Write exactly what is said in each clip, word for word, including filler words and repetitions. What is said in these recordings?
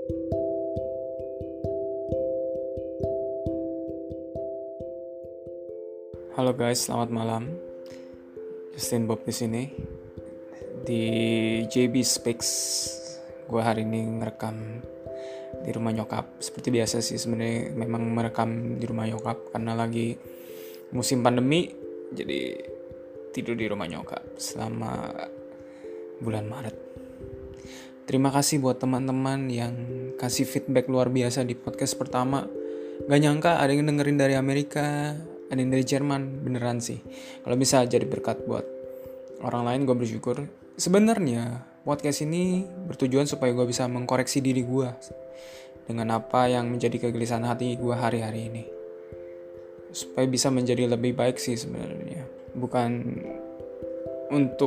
Halo guys, selamat malam. Justin Bob di sini di J B Speaks. Gue hari ini ngerekam di rumah nyokap. Seperti biasa sih sebenarnya, memang merekam di rumah nyokap karena lagi musim pandemi. Jadi tidur di rumah nyokap selama bulan Maret. Terima kasih buat teman-teman yang kasih feedback luar biasa di podcast pertama. Gak nyangka ada yang dengerin dari Amerika, ada yang dari Jerman. Beneran sih, kalau bisa jadi berkat buat orang lain, gue bersyukur. Sebenarnya podcast ini bertujuan supaya gue bisa mengkoreksi diri gue dengan apa yang menjadi kegelisahan hati gue hari-hari ini, supaya bisa menjadi lebih baik sih sebenarnya. Bukan untuk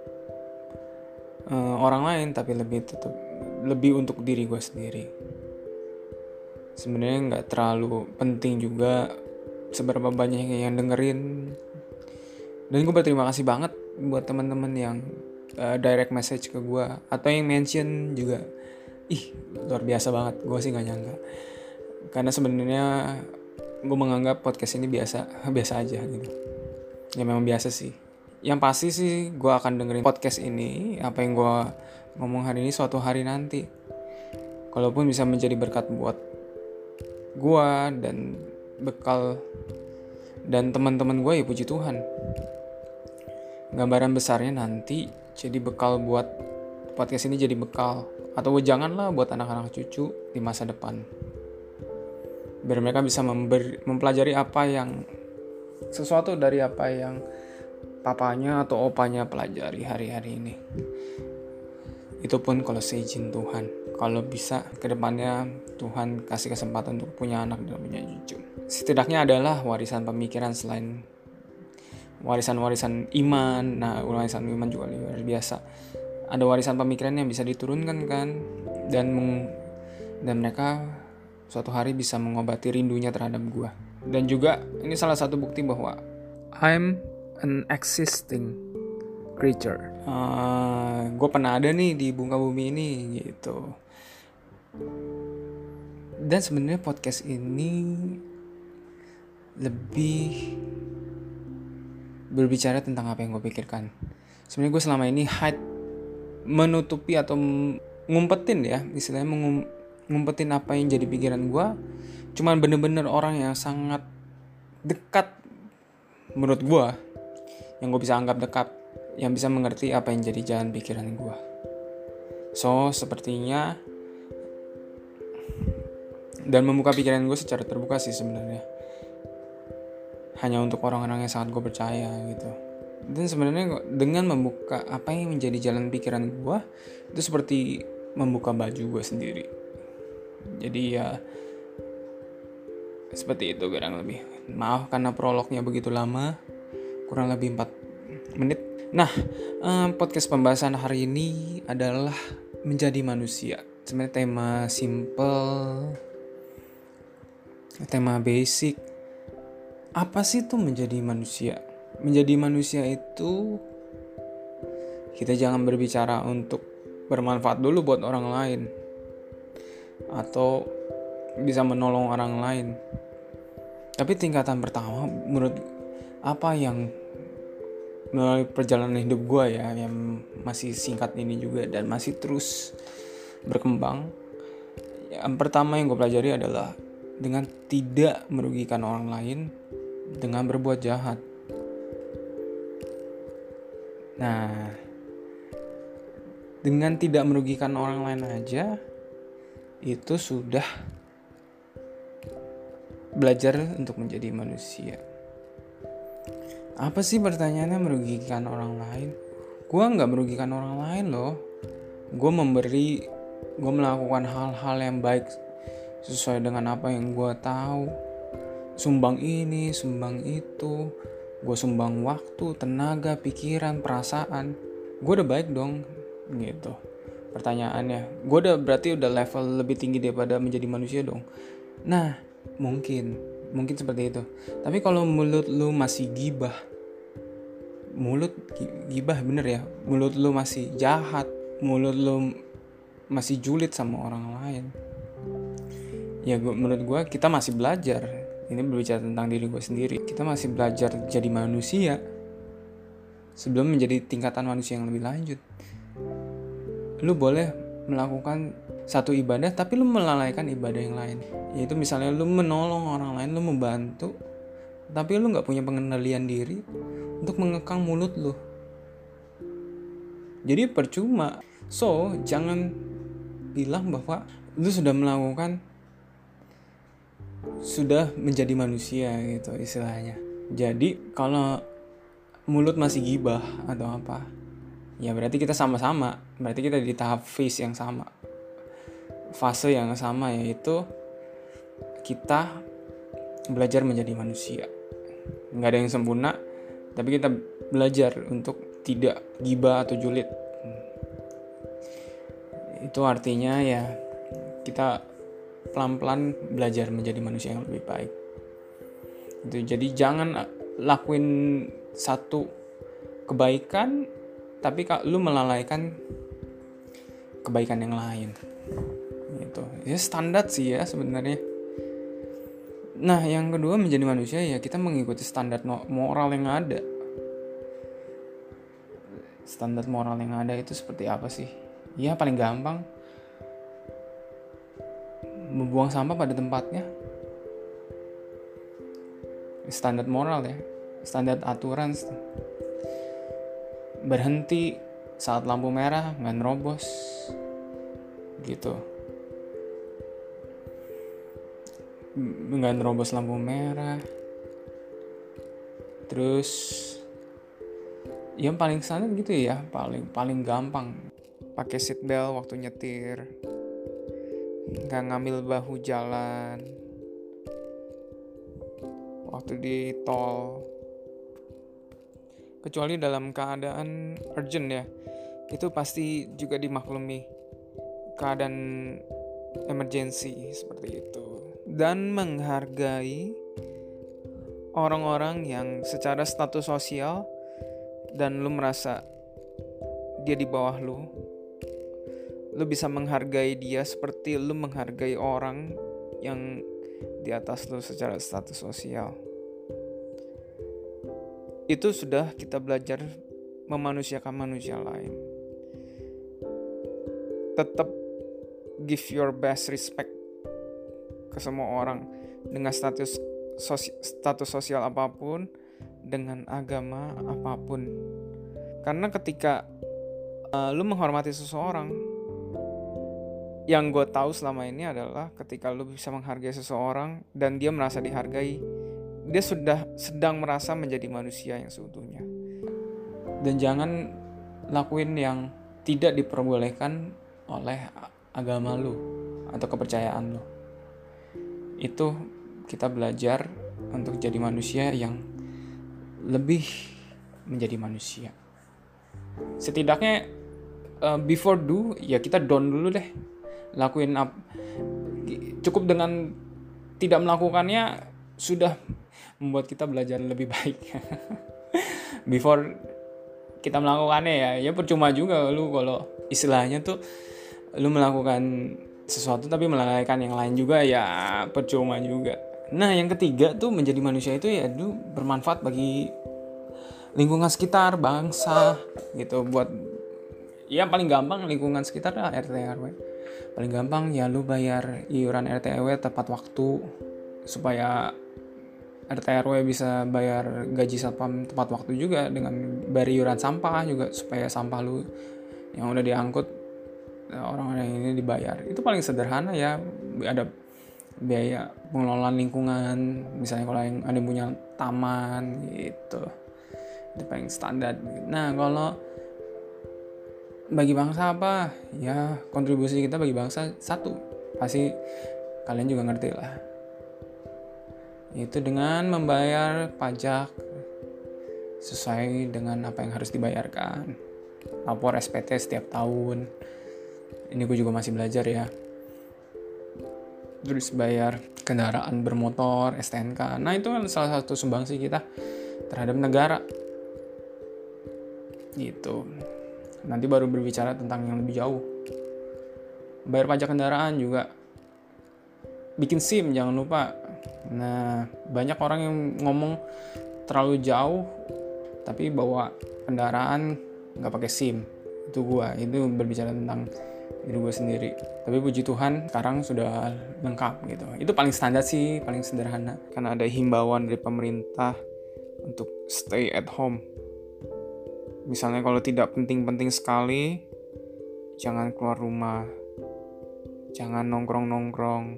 uh, orang lain, tapi lebih tetap lebih untuk diri gue sendiri. Sebenarnya nggak terlalu penting juga seberapa banyak yang dengerin. Dan gue berterima kasih banget buat teman-teman yang uh, direct message ke gue atau yang mention juga. Ih, luar biasa banget. Gue sih nggak nyangka. Karena sebenarnya gue menganggap podcast ini biasa, biasa aja gitu. Ya memang biasa sih. Yang pasti sih gue akan dengerin podcast ini, apa yang gue ngomong hari ini suatu hari nanti. Kalaupun bisa menjadi berkat buat gue dan bekal dan teman-teman gue, ya puji Tuhan. Gambaran besarnya nanti jadi bekal buat podcast ini, jadi bekal atau janganlah buat anak-anak cucu di masa depan, biar mereka bisa memberi, mempelajari apa yang sesuatu dari apa yang papanya atau opanya pelajari hari-hari ini. Itu pun kalau seizin Tuhan. Kalau bisa kedepannya Tuhan kasih kesempatan untuk punya anak dan punya cucu. Setidaknya adalah warisan pemikiran selain warisan-warisan iman. Nah, warisan iman juga luar biasa. Ada warisan pemikiran yang bisa diturunkan kan, dan meng, dan mereka suatu hari bisa mengobati rindunya terhadap gua. Dan juga ini salah satu bukti bahwa I'm an existing creature. Uh, gue pernah ada nih di muka bumi ini gitu. Dan sebenarnya podcast ini lebih berbicara tentang apa yang gue pikirkan. Sebenarnya gue selama ini hide, menutupi atau ngumpetin ya, istilahnya mengum, ngumpetin apa yang jadi pikiran gue. Cuman bener-bener orang yang sangat dekat menurut gue, yang gue bisa anggap dekat, yang bisa mengerti apa yang jadi jalan pikiran gue. So, sepertinya dan membuka pikiran gue secara terbuka sih sebenarnya. Hanya untuk orang-orang yang sangat gue percaya gitu. Dan sebenarnya dengan membuka apa yang menjadi jalan pikiran gue, itu seperti membuka baju gue sendiri. Jadi ya seperti itu kurang lebih. Maaf karena prolognya begitu lama, kurang lebih empat menit. Nah, eh, podcast pembahasan hari ini adalah menjadi manusia. Sebenarnya tema simple, tema basic. Apa sih itu menjadi manusia? Menjadi manusia itu kita jangan berbicara untuk bermanfaat dulu buat orang lain atau bisa menolong orang lain. Tapi tingkatan pertama menurut apa yang melalui perjalanan hidup gue ya, yang masih singkat ini juga dan masih terus berkembang. Yang pertama yang gue pelajari adalah dengan tidak merugikan orang lain dengan berbuat jahat. Nah, dengan tidak merugikan orang lain aja itu sudah belajar untuk menjadi manusia. Apa sih pertanyaannya merugikan orang lain? Gue gak merugikan orang lain loh. Gue memberi, gue melakukan hal-hal yang baik sesuai dengan apa yang gue tahu. Sumbang ini, sumbang itu. Gue sumbang waktu, tenaga, pikiran, perasaan. Gue udah baik dong gitu. Pertanyaannya, gue udah berarti udah level lebih tinggi daripada menjadi manusia dong. Nah, mungkin Mungkin seperti itu. Tapi kalau mulut lu masih gibah, mulut gibah bener ya, mulut lu masih jahat, mulut lu masih julid sama orang lain, ya gua, menurut gue kita masih belajar. Ini berbicara tentang diri gue sendiri. Kita masih belajar jadi manusia sebelum menjadi tingkatan manusia yang lebih lanjut. Lu boleh melakukan satu ibadah tapi lu melalaikan ibadah yang lain. Yaitu misalnya lu menolong orang lain, lu membantu, tapi lu gak punya pengendalian diri untuk mengekang mulut lu. Jadi percuma. So, jangan bilang bahwa lu sudah melakukan, sudah menjadi manusia gitu istilahnya. Jadi kalau mulut masih gibah atau apa, ya berarti kita sama-sama. Berarti kita di tahap phase yang sama, fase yang sama, yaitu kita belajar menjadi manusia. Nggak ada yang sempurna, tapi kita belajar untuk tidak gibah atau julid. Itu artinya ya kita pelan-pelan belajar menjadi manusia yang lebih baik. Itu jadi jangan lakuin satu kebaikan tapi lu melalaikan kebaikan yang lain. Gitu. Ya standar sih ya sebenarnya. Nah, yang kedua menjadi manusia ya kita mengikuti standar moral yang ada. Standar moral yang ada itu seperti apa sih? Ya paling gampang membuang sampah pada tempatnya. Standar moral ya, standar aturan. Berhenti saat lampu merah, nggak nerobos gitu. Nggak nerobos lampu merah. Terus yang paling standar gitu ya, paling paling gampang pakai seat belt waktu nyetir, nggak ngambil bahu jalan waktu di tol, kecuali dalam keadaan urgent ya, itu pasti juga dimaklumi keadaan emergency seperti itu. Dan menghargai orang-orang yang secara status sosial dan lu merasa dia di bawah lu, lu bisa menghargai dia seperti lu menghargai orang yang di atas lu secara status sosial. Itu sudah kita belajar memanusiakan manusia lain. Tetap give your best respect ke semua orang dengan status sos- status sosial apapun, dengan agama apapun. Karena ketika uh, lu menghormati seseorang, yang gue tahu selama ini adalah ketika lu bisa menghargai seseorang dan dia merasa dihargai, dia sudah sedang merasa menjadi manusia yang seutuhnya. Dan jangan lakuin yang tidak diperbolehkan oleh agama lu atau kepercayaan lu. Itu kita belajar untuk jadi manusia yang lebih menjadi manusia. Setidaknya uh, before do, ya kita down dulu deh. Lakuin up. Cukup dengan tidak melakukannya sudah membuat kita belajar lebih baik. Before kita melakukannya ya, ya percuma juga lu kalau istilahnya tuh lu melakukan sesuatu tapi melalaikan yang lain juga, ya percuma juga. Nah, yang ketiga tuh menjadi manusia itu ya lu bermanfaat bagi lingkungan sekitar, bangsa gitu. Buat ya paling gampang lingkungan sekitar lah R T R W. Paling gampang ya lu bayar iuran R T R W tepat waktu supaya R T R W bisa bayar gaji satpam tepat waktu juga, dengan bayar iuran sampah juga supaya sampah lu yang udah diangkut orang-orang ini dibayar. Itu paling sederhana ya. Ada biaya pengelolaan lingkungan, misalnya kalau yang ada yang punya taman gitu, itu paling standar. Nah, kalau bagi bangsa apa? Ya, kontribusi kita bagi bangsa satu. Pasti kalian juga ngerti lah. Itu dengan membayar pajak sesuai dengan apa yang harus dibayarkan. Lapor S P T setiap tahun. Ini gue juga masih belajar ya. Terus bayar kendaraan bermotor, S T N K. Nah, itu kan salah satu sumbangsi kita terhadap negara. Gitu. Nanti baru berbicara tentang yang lebih jauh. Bayar pajak kendaraan juga bikin SIM jangan lupa. Nah, banyak orang yang ngomong terlalu jauh tapi bawa kendaraan nggak pakai SIM. Itu gua, itu berbicara tentang diri gue sendiri. Tapi puji Tuhan sekarang sudah lengkap gitu. Itu paling standar sih, paling sederhana. Karena ada himbauan dari pemerintah untuk stay at home. Misalnya kalau tidak penting-penting sekali, jangan keluar rumah, jangan nongkrong-nongkrong.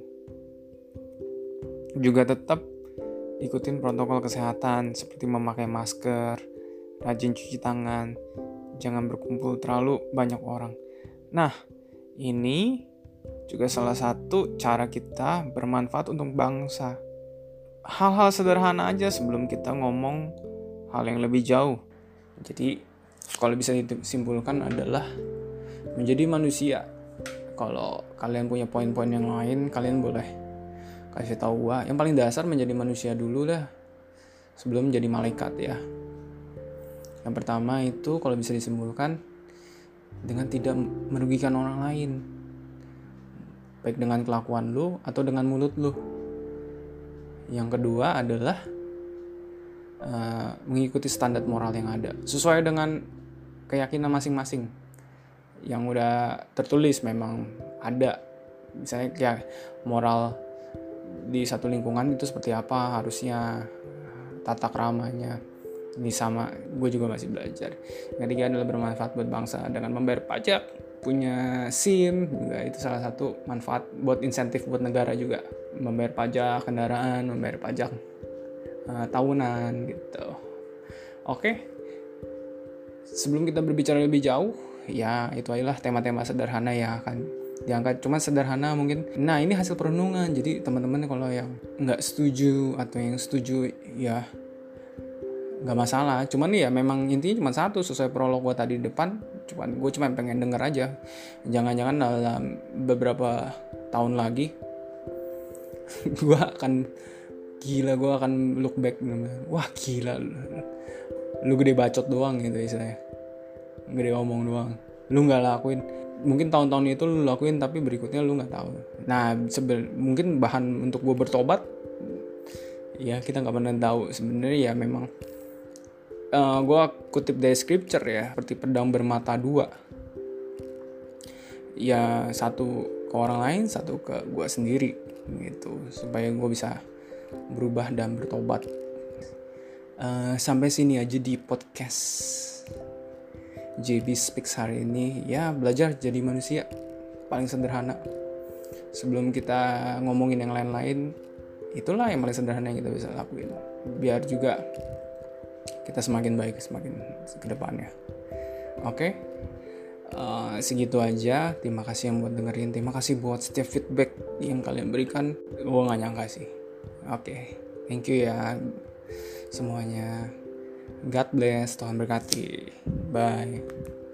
Juga tetap ikutin protokol kesehatan seperti memakai masker, rajin cuci tangan, jangan berkumpul terlalu banyak orang. Nah, ini juga salah satu cara kita bermanfaat untuk bangsa. Hal-hal sederhana aja sebelum kita ngomong hal yang lebih jauh. Jadi, kalau bisa disimpulkan adalah menjadi manusia. Kalau kalian punya poin-poin yang lain, kalian boleh kasih tahu gua. Yang paling dasar menjadi manusia dulu dah, sebelum jadi malaikat ya. Yang pertama itu kalau bisa disimpulkan dengan tidak merugikan orang lain, baik dengan kelakuan lu atau dengan mulut lu. Yang kedua adalah uh, mengikuti standar moral yang ada sesuai dengan keyakinan masing-masing yang udah tertulis. Memang ada misalnya kayak moral di satu lingkungan itu seperti apa harusnya, tata keramanya. Ini sama, gue juga masih belajar. Yang ketiga adalah bermanfaat buat bangsa dengan membayar pajak, punya SIM juga itu salah satu manfaat buat insentif buat negara juga. Membayar pajak kendaraan, membayar pajak uh, tahunan gitu. Oke, sebelum kita berbicara lebih jauh, ya itu adalah tema-tema sederhana ya kan diangkat, cuma sederhana mungkin. Nah, ini hasil perenungan, jadi teman-teman kalau yang nggak setuju atau yang setuju ya nggak masalah. Cuman ya memang intinya cuma satu, sesuai prolog gue tadi di depan. Cuman gue cuma pengen denger aja. Jangan-jangan dalam beberapa tahun lagi gue akan gila, gue akan look back, wah gila lu, lu gede bacot doang gitu istilahnya, gede omong doang, lu nggak lakuin. Mungkin tahun-tahun itu lu lakuin tapi berikutnya lu nggak tahu. Nah sebe- mungkin bahan untuk gue bertobat ya kita nggak pernah tahu. Sebenarnya ya memang Uh, gue kutip dari scripture ya, seperti pedang bermata dua. Ya satu ke orang lain, satu ke gue sendiri gitu, supaya gue bisa berubah dan bertobat. Uh, sampai sini aja di podcast J B Speaks hari ini. Ya belajar jadi manusia paling sederhana. Sebelum kita ngomongin yang lain-lain, itulah yang paling sederhana yang kita bisa lakuin. Biar juga kita semakin baik semakin ke depannya. Oke, uh, segitu aja. Terima kasih yang buat dengerin. Terima kasih buat setiap feedback yang kalian berikan. Gue gak nyangka sih. Oke, thank you ya semuanya. God bless, Tuhan berkati. Bye.